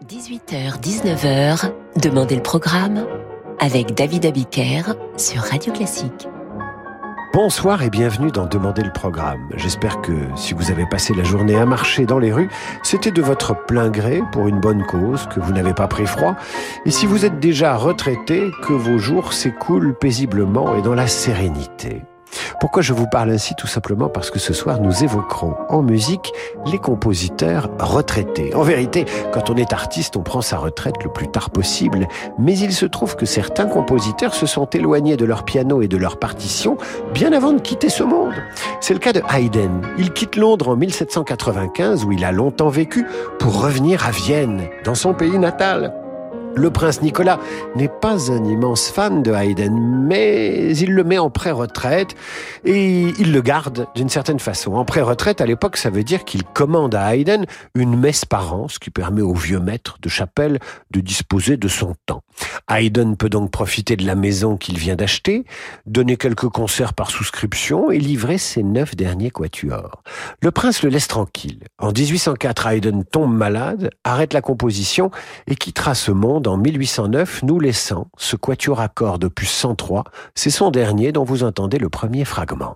18h-19h, Demandez le programme avec David Abiker sur Radio Classique. Bonsoir et bienvenue dans Demandez le programme. J'espère que si vous avez passé la journée à marcher dans les rues, c'était de votre plein gré pour une bonne cause, que vous n'avez pas pris froid. Et si vous êtes déjà retraité, que vos jours s'écoulent paisiblement et dans la sérénité. Pourquoi je vous parle ainsi? Tout simplement parce que ce soir, nous évoquerons en musique les compositeurs retraités. En vérité, quand on est artiste, on prend sa retraite le plus tard possible, mais il se trouve que certains compositeurs se sont éloignés de leur piano et de leur partition bien avant de quitter ce monde. C'est le cas de Haydn. Il quitte Londres en 1795, où il a longtemps vécu, pour revenir à Vienne, dans son pays natal. Le prince Nicolas n'est pas un immense fan de Haydn, mais il le met en pré-retraite et il le garde d'une certaine façon. En pré-retraite, à l'époque, ça veut dire qu'il commande à Haydn une messe par an, ce qui permet au vieux maître de chapelle de disposer de son temps. Haydn peut donc profiter de la maison qu'il vient d'acheter, donner quelques concerts par souscription et livrer ses 9 derniers quatuors. Le prince le laisse tranquille. En 1804, Haydn tombe malade, arrête la composition et quittera ce monde en 1809, nous laissant ce quatuor à cordes opus 103. C'est son dernier dont vous entendez le premier fragment.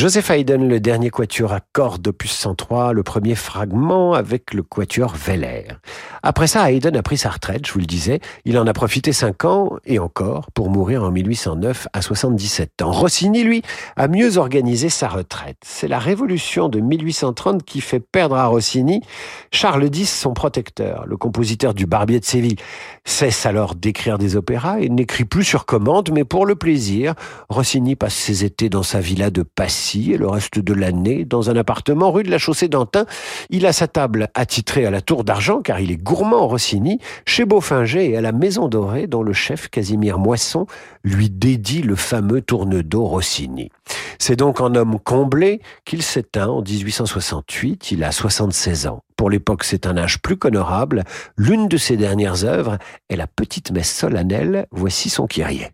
Joseph Haydn, le dernier quatuor à cordes opus 103, le premier fragment avec le quatuor Weller. Après ça, Haydn a pris sa retraite, je vous le disais. Il en a profité 5 ans, et encore, pour mourir en 1809 à 77 ans. Rossini, lui, a mieux organisé sa retraite. C'est la révolution de 1830 qui fait perdre à Rossini Charles X, son protecteur. Le compositeur du Barbier de Séville cesse alors d'écrire des opéras et n'écrit plus sur commande, mais pour le plaisir. Rossini passe ses étés dans sa villa de Passy et le reste de l'année dans un appartement rue de la Chaussée-d'Antin. Il a sa table attitrée à la Tour d'Argent, car il est gourmand Rossini, chez Beaufinger et à la Maison Dorée, dont le chef Casimir Moisson lui dédie le fameux tourne-dos Rossini. C'est donc en homme comblé qu'il s'éteint en 1868, il a 76 ans. Pour l'époque, c'est un âge plus qu'honorable. L'une de ses dernières œuvres est la petite messe solennelle. Voici son Kyrie.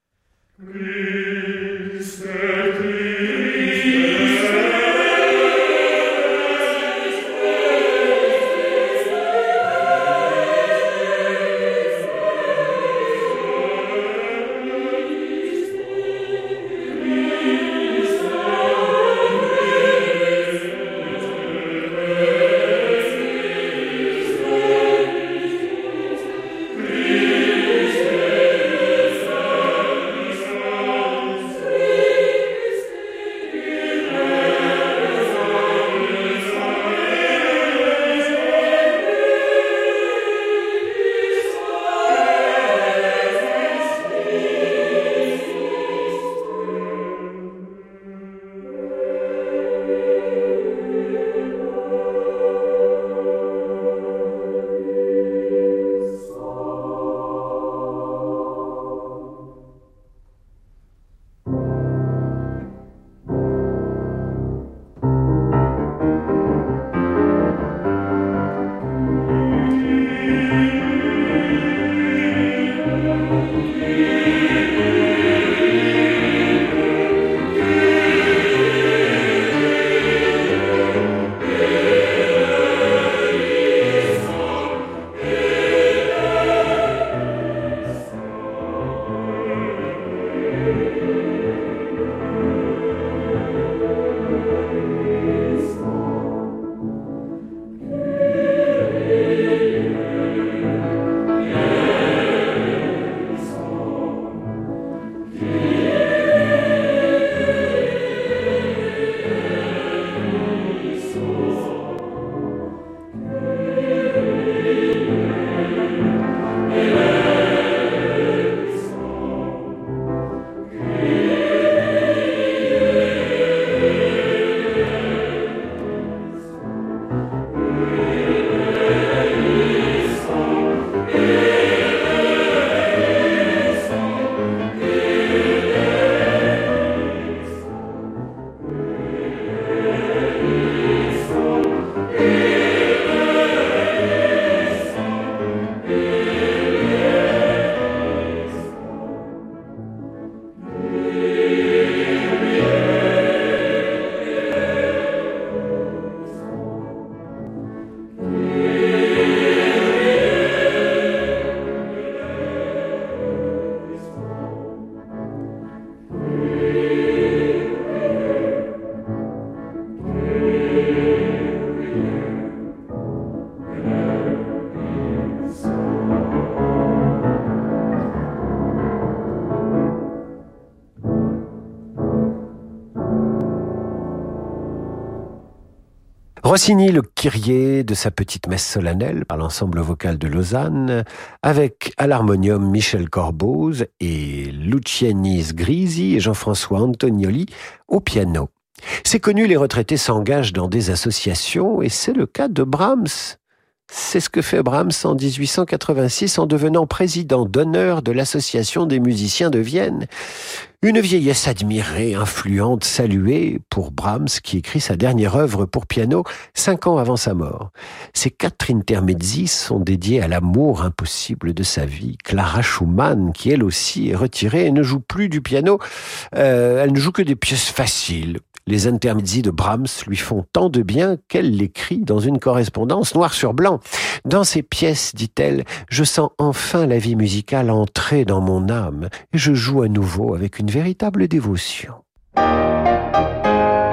Rossini, le Kyrie de sa petite messe solennelle par l'ensemble vocal de Lausanne, avec à l'harmonium Michel Corboz et Luciani Sgrisi et Jean-François Antonioli au piano. C'est connu, les retraités s'engagent dans des associations et c'est le cas de Brahms. C'est ce que fait Brahms en 1886 en devenant président d'honneur de l'Association des musiciens de Vienne. Une vieillesse admirée, influente, saluée pour Brahms qui écrit sa dernière œuvre pour piano 5 ans avant sa mort. Ces 4 intermezzi sont dédiés à l'amour impossible de sa vie. Clara Schumann, qui elle aussi est retirée et ne joue plus du piano, elle ne joue que des pièces faciles. Les intermezzi de Brahms lui font tant de bien qu'elle l'écrit dans une correspondance noir sur blanc. Dans ces pièces, dit-elle, je sens enfin la vie musicale entrer dans mon âme et je joue à nouveau avec une véritable dévotion.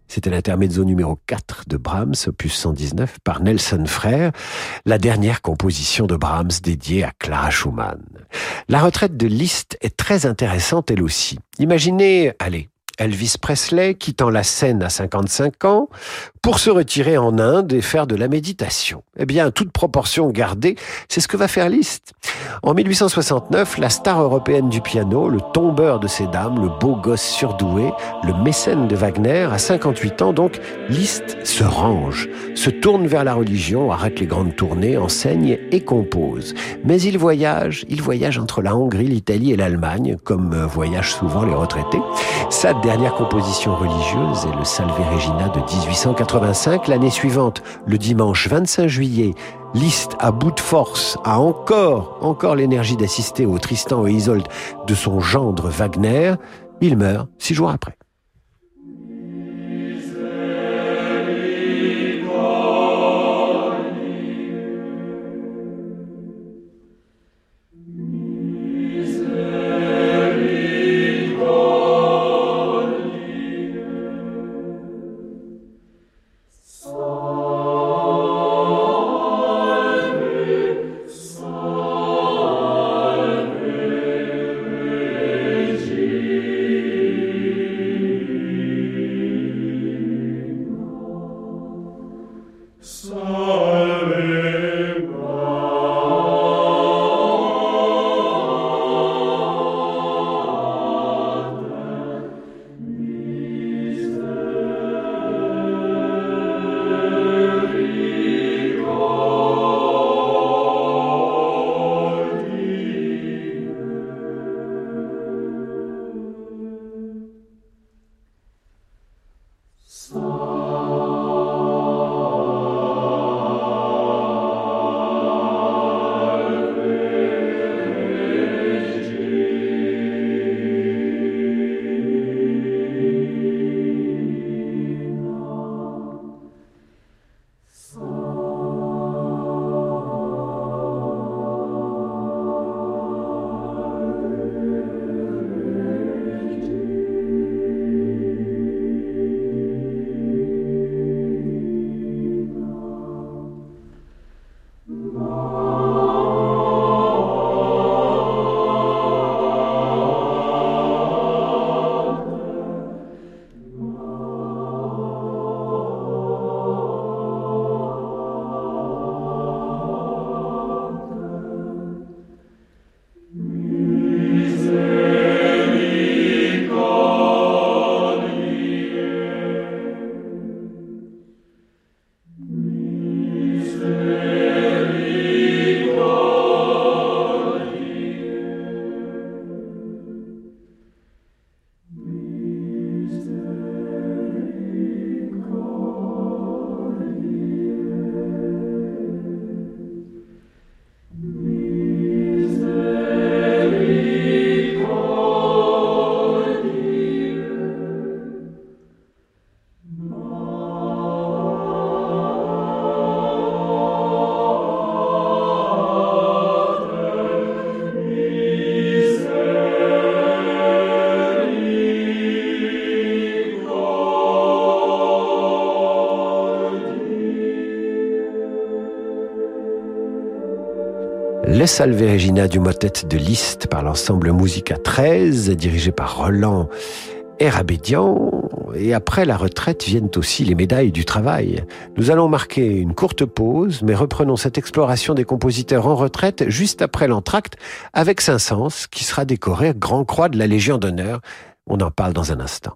C'était l'intermezzo numéro 4 de Brahms, opus 119, par Nelson Frère, la dernière composition de Brahms dédiée à Clara Schumann. La retraite de Liszt est très intéressante elle aussi. Imaginez, Elvis Presley quittant la scène à 55 ans pour se retirer en Inde et faire de la méditation. Eh bien, toute proportion gardée, c'est ce que va faire Liszt. En 1869, la star européenne du piano, le tombeur de ces dames, le beau gosse surdoué, le mécène de Wagner, à 58 ans donc, Liszt se range, se tourne vers la religion, arrête les grandes tournées, enseigne et compose. Mais il voyage entre la Hongrie, l'Italie et l'Allemagne, comme voyagent souvent les retraités. Sa dernière composition religieuse est le Salve Regina de 1885. L'année suivante, le dimanche 25 juillet, Liszt, à bout de force, a encore l'énergie d'assister au Tristan et Isolde de son gendre Wagner. Il meurt 6 jours après. Le Salve Regina du motet de Liszt par l'ensemble Musica 13, dirigé par Roland Érabédian. Et après la retraite viennent aussi les médailles du travail. Nous allons marquer une courte pause, mais reprenons cette exploration des compositeurs en retraite juste après l'entracte avec Saint-Saëns, qui sera décoré Grand Croix de la Légion d'honneur. On en parle dans un instant.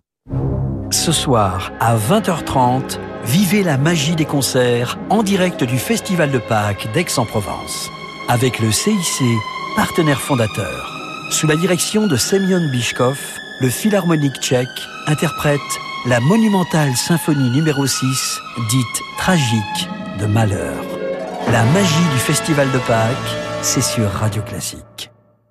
Ce soir, à 20h30, vivez la magie des concerts en direct du Festival de Pâques d'Aix-en-Provence. Avec le CIC, partenaire fondateur. Sous la direction de Semyon Bishkov, le Philharmonique tchèque interprète la monumentale symphonie numéro 6, dite tragique, de Mahler. La magie du Festival de Pâques, c'est sur Radio Classique.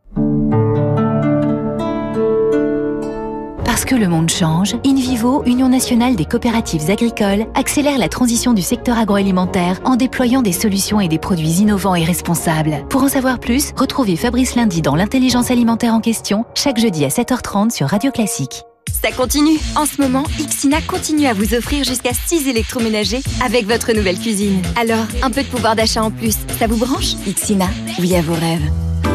Parce que le monde change, InVivo, Union nationale des coopératives agricoles, accélère la transition du secteur agroalimentaire en déployant des solutions et des produits innovants et responsables. Pour en savoir plus, retrouvez Fabrice Lundy dans l'intelligence alimentaire en question, chaque jeudi à 7h30 sur Radio Classique. Ça continue. En ce moment, Ixina continue à vous offrir jusqu'à 6 électroménagers avec votre nouvelle cuisine. Alors, un peu de pouvoir d'achat en plus, ça vous branche? Ixina, oui à vos rêves.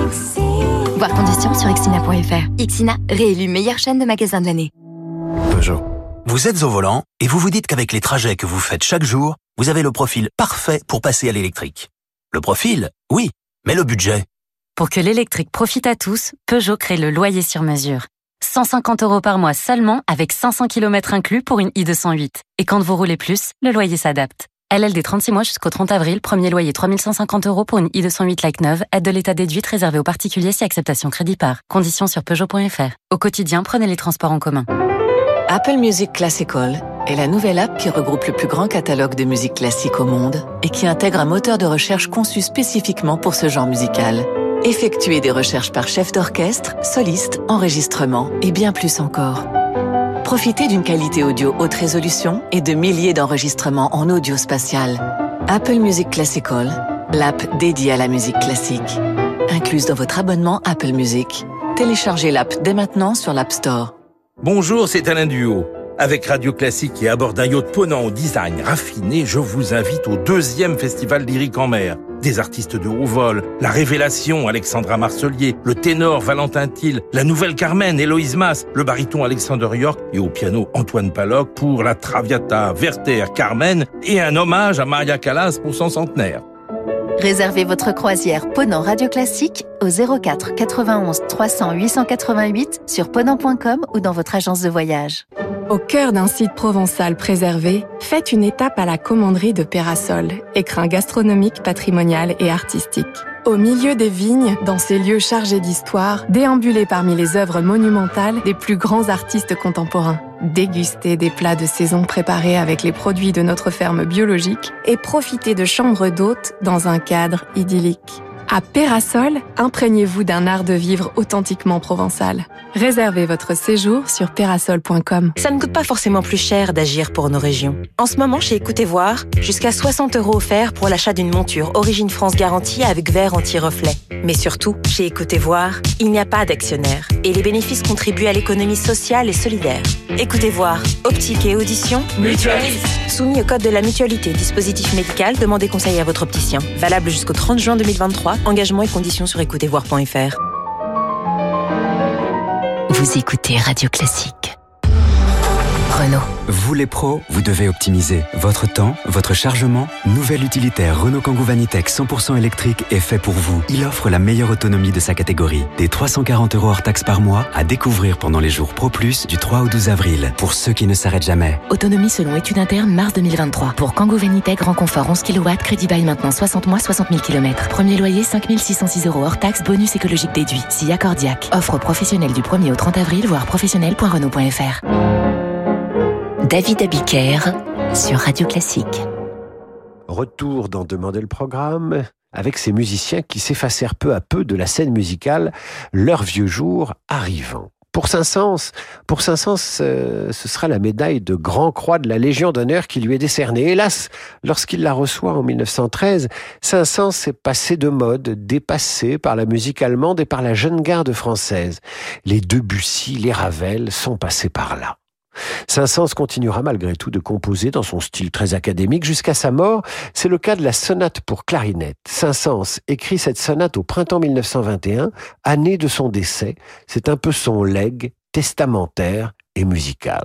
Voir conditions sur ixina.fr. Ixina, réélu meilleure chaîne de magasins de l'année. Peugeot. Vous êtes au volant et vous vous dites qu'avec les trajets que vous faites chaque jour, vous avez le profil parfait pour passer à l'électrique. Le profil, oui, mais le budget. Pour que l'électrique profite à tous, Peugeot crée le loyer sur mesure. 150 € par mois seulement avec 500 km inclus pour une i208. Et quand vous roulez plus, le loyer s'adapte. LLD 36 mois jusqu'au 30 avril, premier loyer 3 150 € pour une i208 like neuve, aide de l'état déduite réservée aux particuliers si acceptation crédit par. Conditions sur Peugeot.fr. Au quotidien, prenez les transports en commun. Apple Music Classical est la nouvelle app qui regroupe le plus grand catalogue de musique classique au monde et qui intègre un moteur de recherche conçu spécifiquement pour ce genre musical. Effectuez des recherches par chef d'orchestre, soliste, enregistrement et bien plus encore. Profitez d'une qualité audio haute résolution et de milliers d'enregistrements en audio spatial. Apple Music Classical, l'app dédiée à la musique classique. Incluse dans votre abonnement Apple Music. Téléchargez l'app dès maintenant sur l'App Store. Bonjour, c'est Alain Duhaut. Avec Radio Classique et à bord d'un yacht ponant au design raffiné, je vous invite au 2e Festival lyrique en mer. Des artistes de haut vol, la révélation Alexandra Marcelier, le ténor Valentin Thiel, la nouvelle Carmen Héloïse Mas, le baryton Alexander York et au piano Antoine Paloc pour la Traviata Werther Carmen et un hommage à Maria Callas pour son centenaire. Réservez votre croisière Ponant Radio Classique au 04 91 300 888 sur ponant.com ou dans votre agence de voyage. Au cœur d'un site provençal préservé, faites une étape à la commanderie de Pérasol, écrin gastronomique, patrimonial et artistique. Au milieu des vignes, dans ces lieux chargés d'histoire, déambulez parmi les œuvres monumentales des plus grands artistes contemporains. Dégustez des plats de saison préparés avec les produits de notre ferme biologique et profitez de chambres d'hôtes dans un cadre idyllique. À Pérasol, imprégnez-vous d'un art de vivre authentiquement provençal. Réservez votre séjour sur pérasol.com. Ça ne coûte pas forcément plus cher d'agir pour nos régions. En ce moment, chez Écoutez Voir, jusqu'à 60 € offerts pour l'achat d'une monture Origine France garantie avec verre anti-reflet. Mais surtout, chez Écoutez Voir, il n'y a pas d'actionnaire et les bénéfices contribuent à l'économie sociale et solidaire. Écoutez Voir, optique et audition, mutualiste. Soumis au code de la mutualité, dispositif médical, demandez conseil à votre opticien. Valable jusqu'au 30 juin 2023. Engagement et conditions sur écoutezvoir.fr. Vous écoutez Radio Classique. Renault. Vous les pros, vous devez optimiser votre temps, votre chargement. Nouvel utilitaire Renault Kangoo Vanitech 100% électrique est fait pour vous. Il offre la meilleure autonomie de sa catégorie. Des 340 € hors taxe par mois à découvrir pendant les jours Pro Plus du 3 au 12 avril. Pour ceux qui ne s'arrêtent jamais. Autonomie selon étude interne mars 2023. Pour Kangoo Vanitech Grand Confort 11 kW, crédit bail maintenant 60 mois, 60 000 km. Premier loyer 5 606 € hors taxe, bonus écologique déduit. Si accordiaque. Offre professionnelle du 1er au 30 avril, voire professionnel.renault.fr. David Abiker sur Radio Classique. Retour dans Demander le programme avec ces musiciens qui s'effacèrent peu à peu de la scène musicale, leurs vieux jours arrivant. Pour Saint-Saëns, ce sera la médaille de Grand Croix de la Légion d'honneur qui lui est décernée. Hélas, lorsqu'il la reçoit en 1913, Saint-Saëns est passé de mode, dépassé par la musique allemande et par la jeune garde française. Les Debussy, les Ravel sont passés par là. Saint-Saëns continuera malgré tout de composer dans son style très académique jusqu'à sa mort. C'est le cas de la sonate pour clarinette. Saint-Saëns écrit cette sonate au printemps 1921, année de son décès. C'est un peu son legs testamentaire et musical.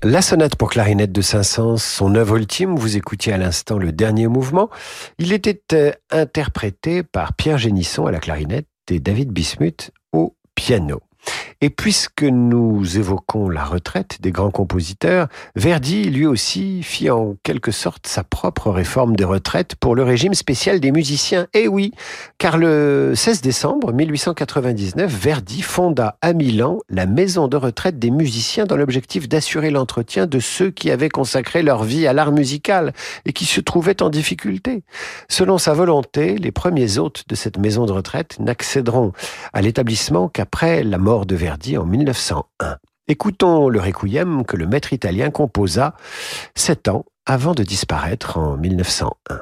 La sonate pour clarinette de Saint-Saëns, son œuvre ultime, vous écoutiez à l'instant le dernier mouvement. Il était interprété par Pierre Génisson à la clarinette et David Bismuth au piano. Et puisque nous évoquons la retraite des grands compositeurs, Verdi, lui aussi, fit en quelque sorte sa propre réforme des retraites pour le régime spécial des musiciens. Eh oui, car le 16 décembre 1899, Verdi fonda à Milan la maison de retraite des musiciens dans l'objectif d'assurer l'entretien de ceux qui avaient consacré leur vie à l'art musical et qui se trouvaient en difficulté. Selon sa volonté, les premiers hôtes de cette maison de retraite n'accéderont à l'établissement qu'après la mort de Verdi en 1901. Écoutons le requiem que le maître italien composa 7 ans avant de disparaître en 1901.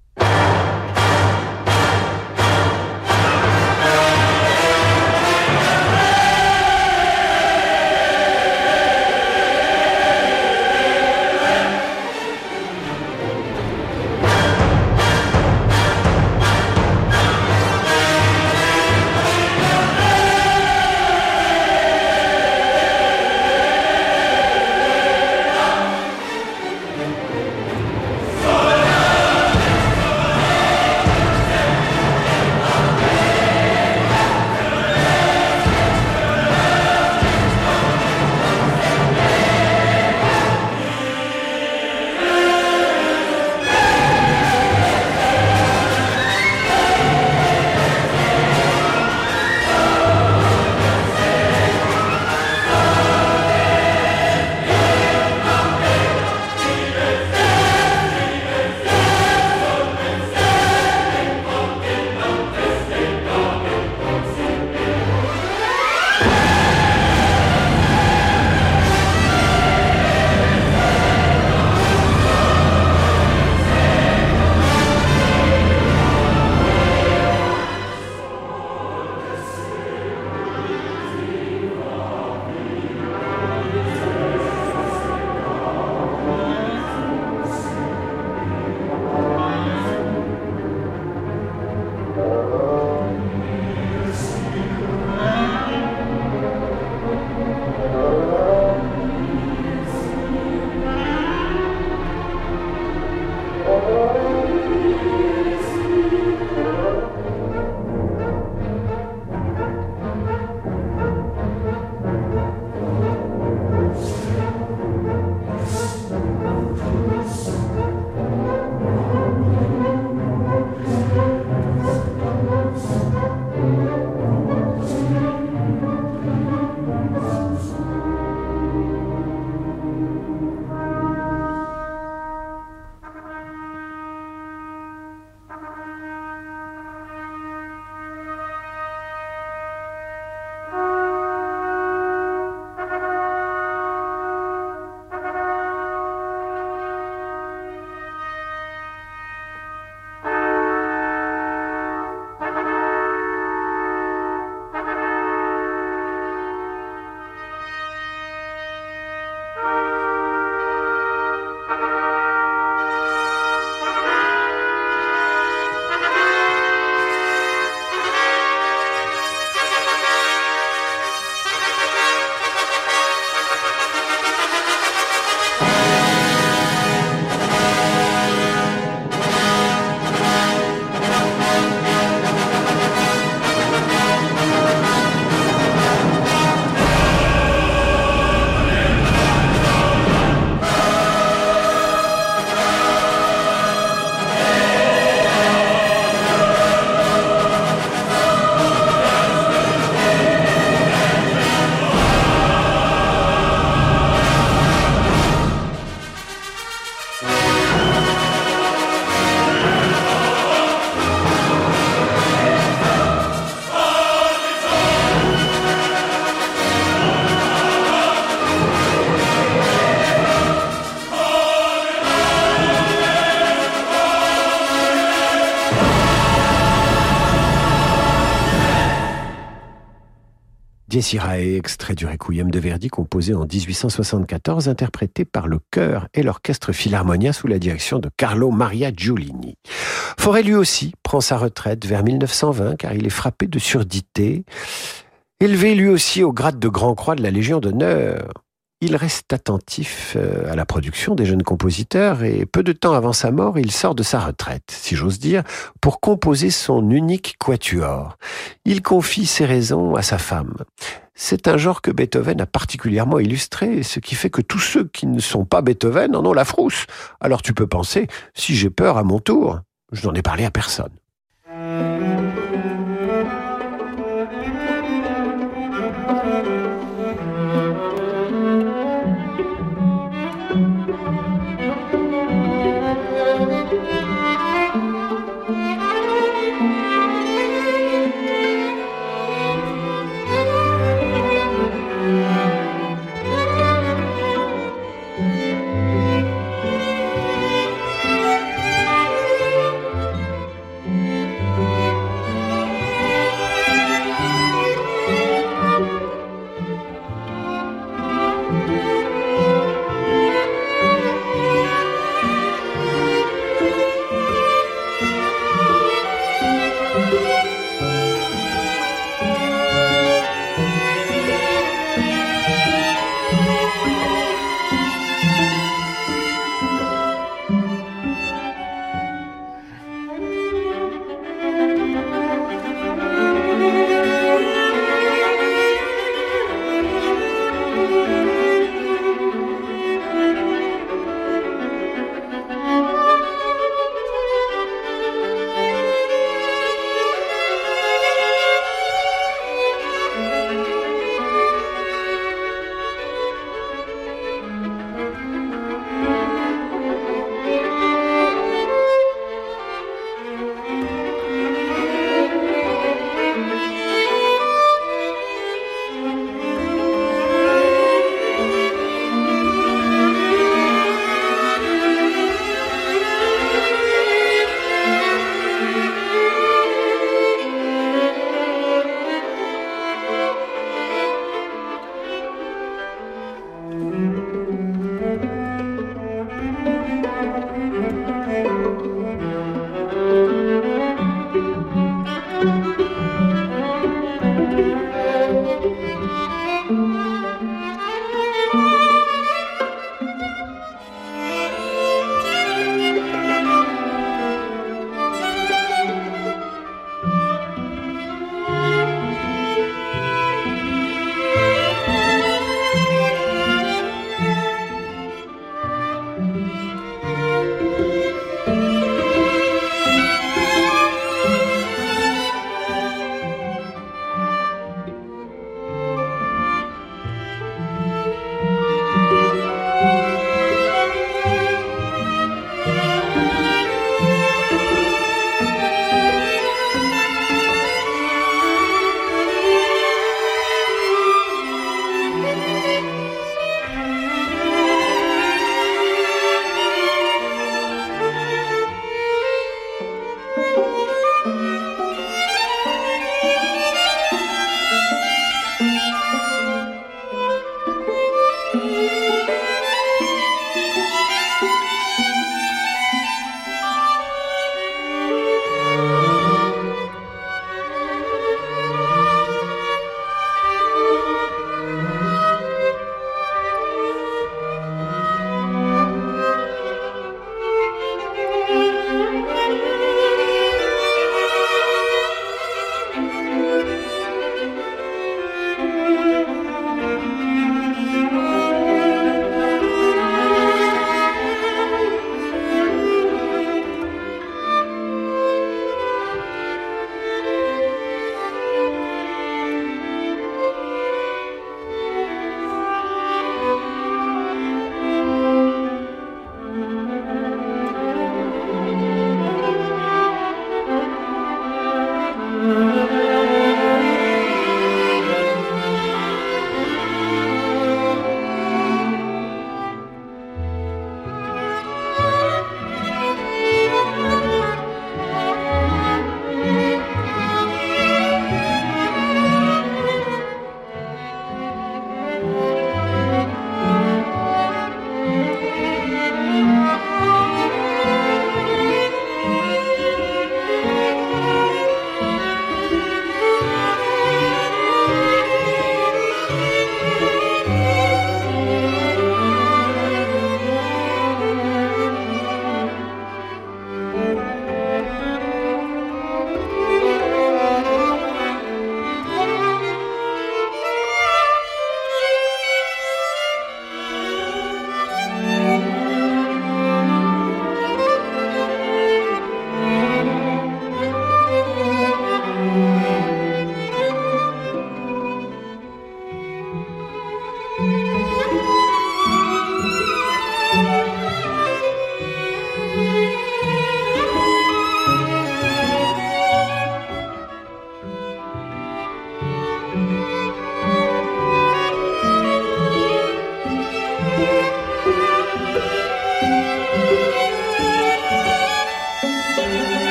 Dies Irae, extrait du Requiem de Verdi composé en 1874, interprété par le chœur et l'orchestre Philharmonia sous la direction de Carlo Maria Giulini. Fauré lui aussi prend sa retraite vers 1920 car il est frappé de surdité, élevé lui aussi au grade de Grand Croix de la Légion d'honneur. il reste attentif à la production des jeunes compositeurs et peu de temps avant sa mort, il sort de sa retraite, si j'ose dire, pour composer son unique quatuor. Il confie ses raisons à sa femme. C'est un genre que Beethoven a particulièrement illustré, ce qui fait que tous ceux qui ne sont pas Beethoven en ont la frousse. Alors tu peux penser, si j'ai peur à mon tour, je n'en ai parlé à personne.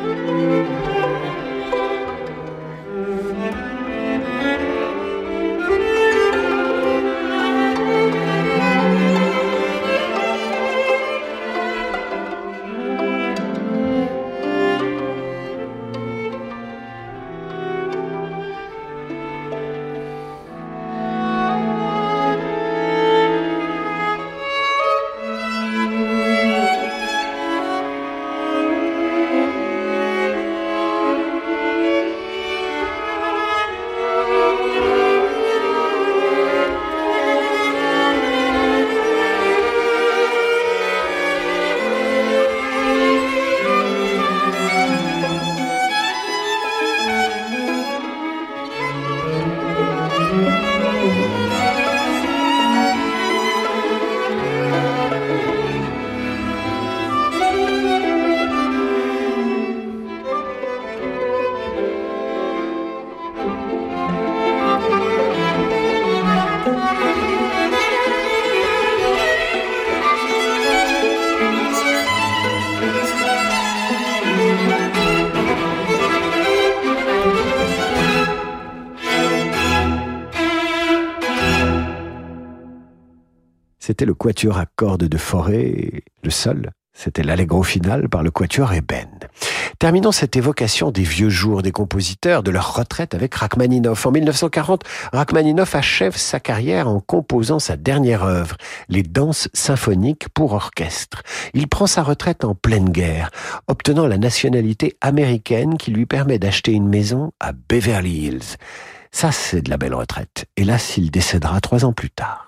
C'était le quatuor à cordes de Fauré, le seul. C'était l'allegro final par le quatuor Eben. Terminons cette évocation des vieux jours des compositeurs, de leur retraite avec Rachmaninoff. En 1940, Rachmaninoff achève sa carrière en composant sa dernière œuvre, les Danses symphoniques pour orchestre. Il prend sa retraite en pleine guerre, obtenant la nationalité américaine qui lui permet d'acheter une maison à Beverly Hills. Ça, c'est de la belle retraite. Hélas, il décédera 3 ans plus tard.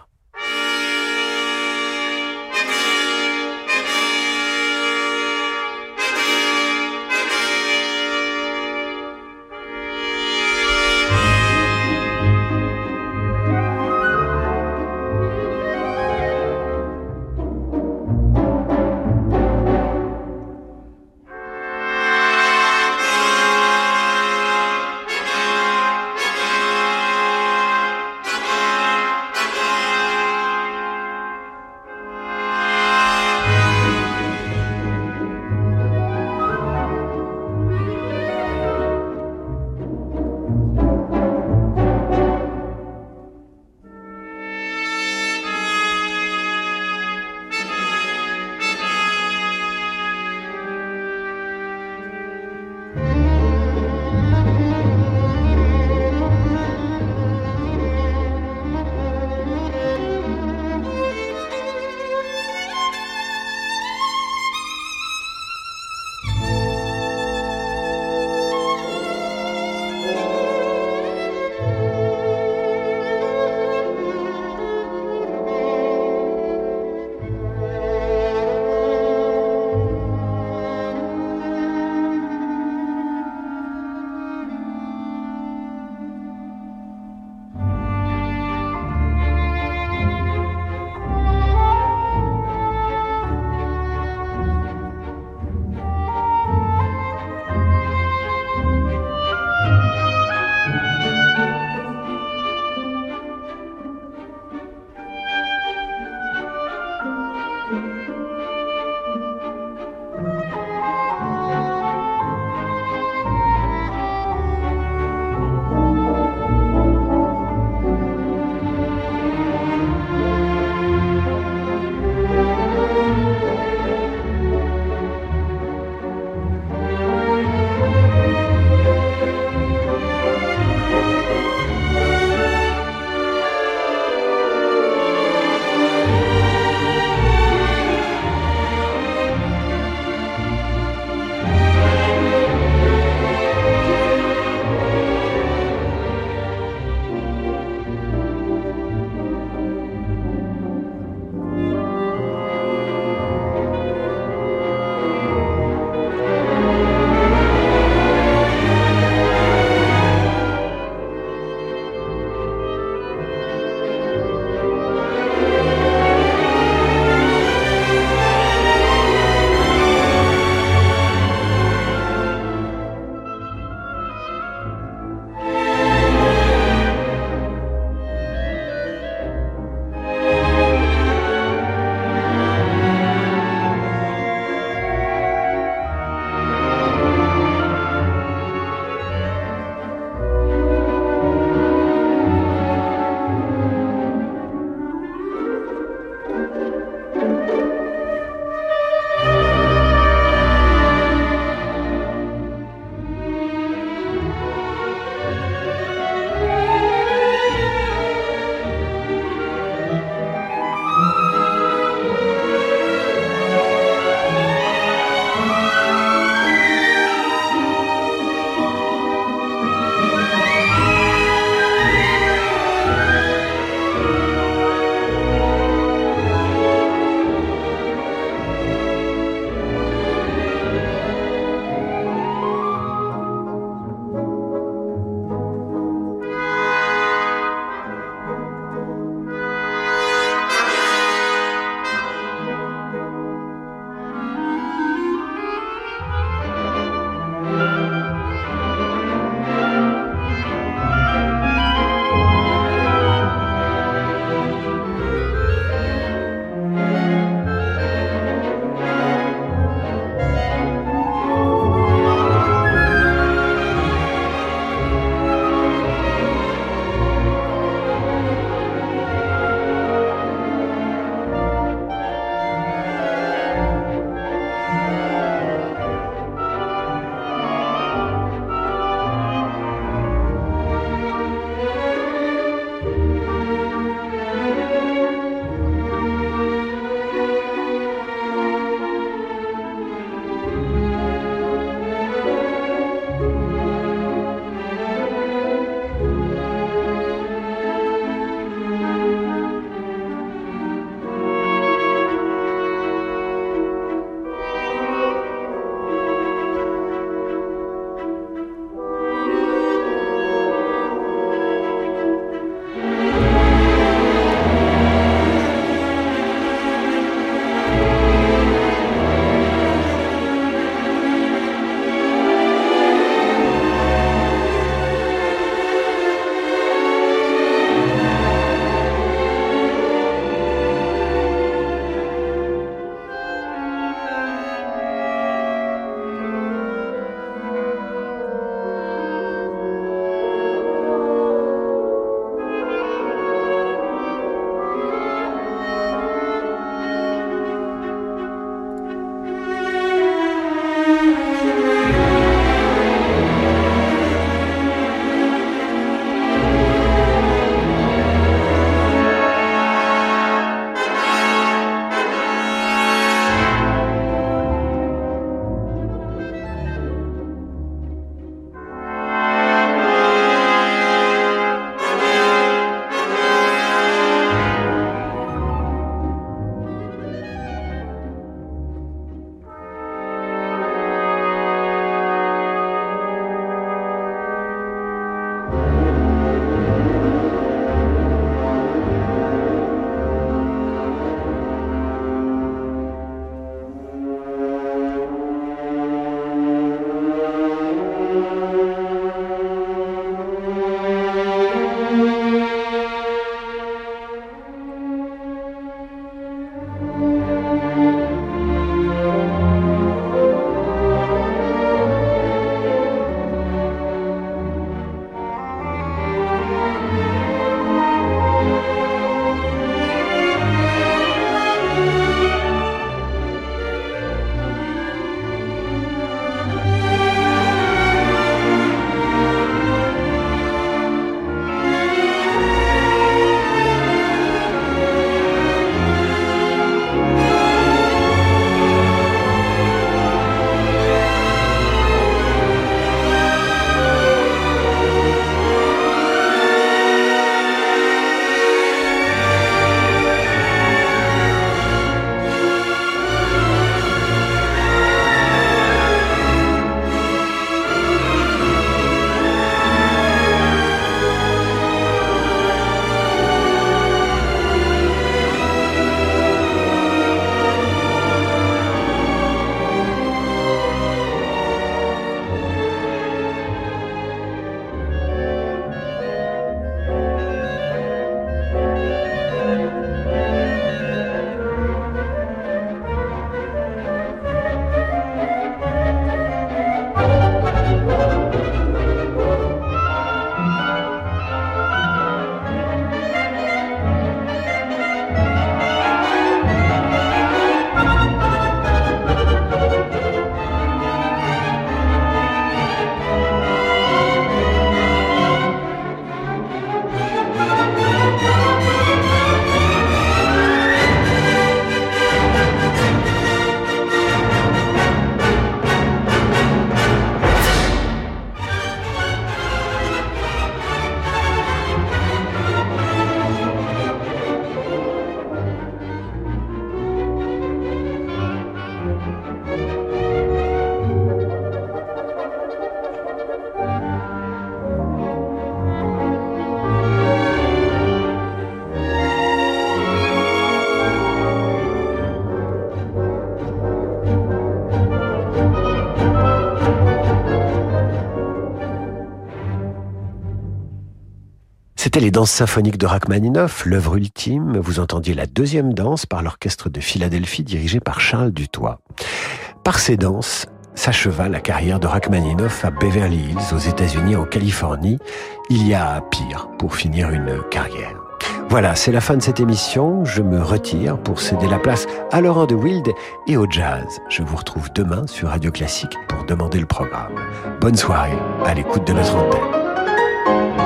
C'était les danses symphoniques de Rachmaninoff, l'œuvre ultime. Vous entendiez la deuxième danse par l'orchestre de Philadelphie dirigé par Charles Dutoit. Par ces danses s'acheva la carrière de Rachmaninoff à Beverly Hills, aux États-Unis, en Californie. Il y a pire pour finir une carrière. Voilà, c'est la fin de cette émission. Je me retire pour céder la place à Laurent de Wild et au jazz. Je vous retrouve demain sur Radio Classique pour demander le programme. Bonne soirée à l'écoute de notre antenne.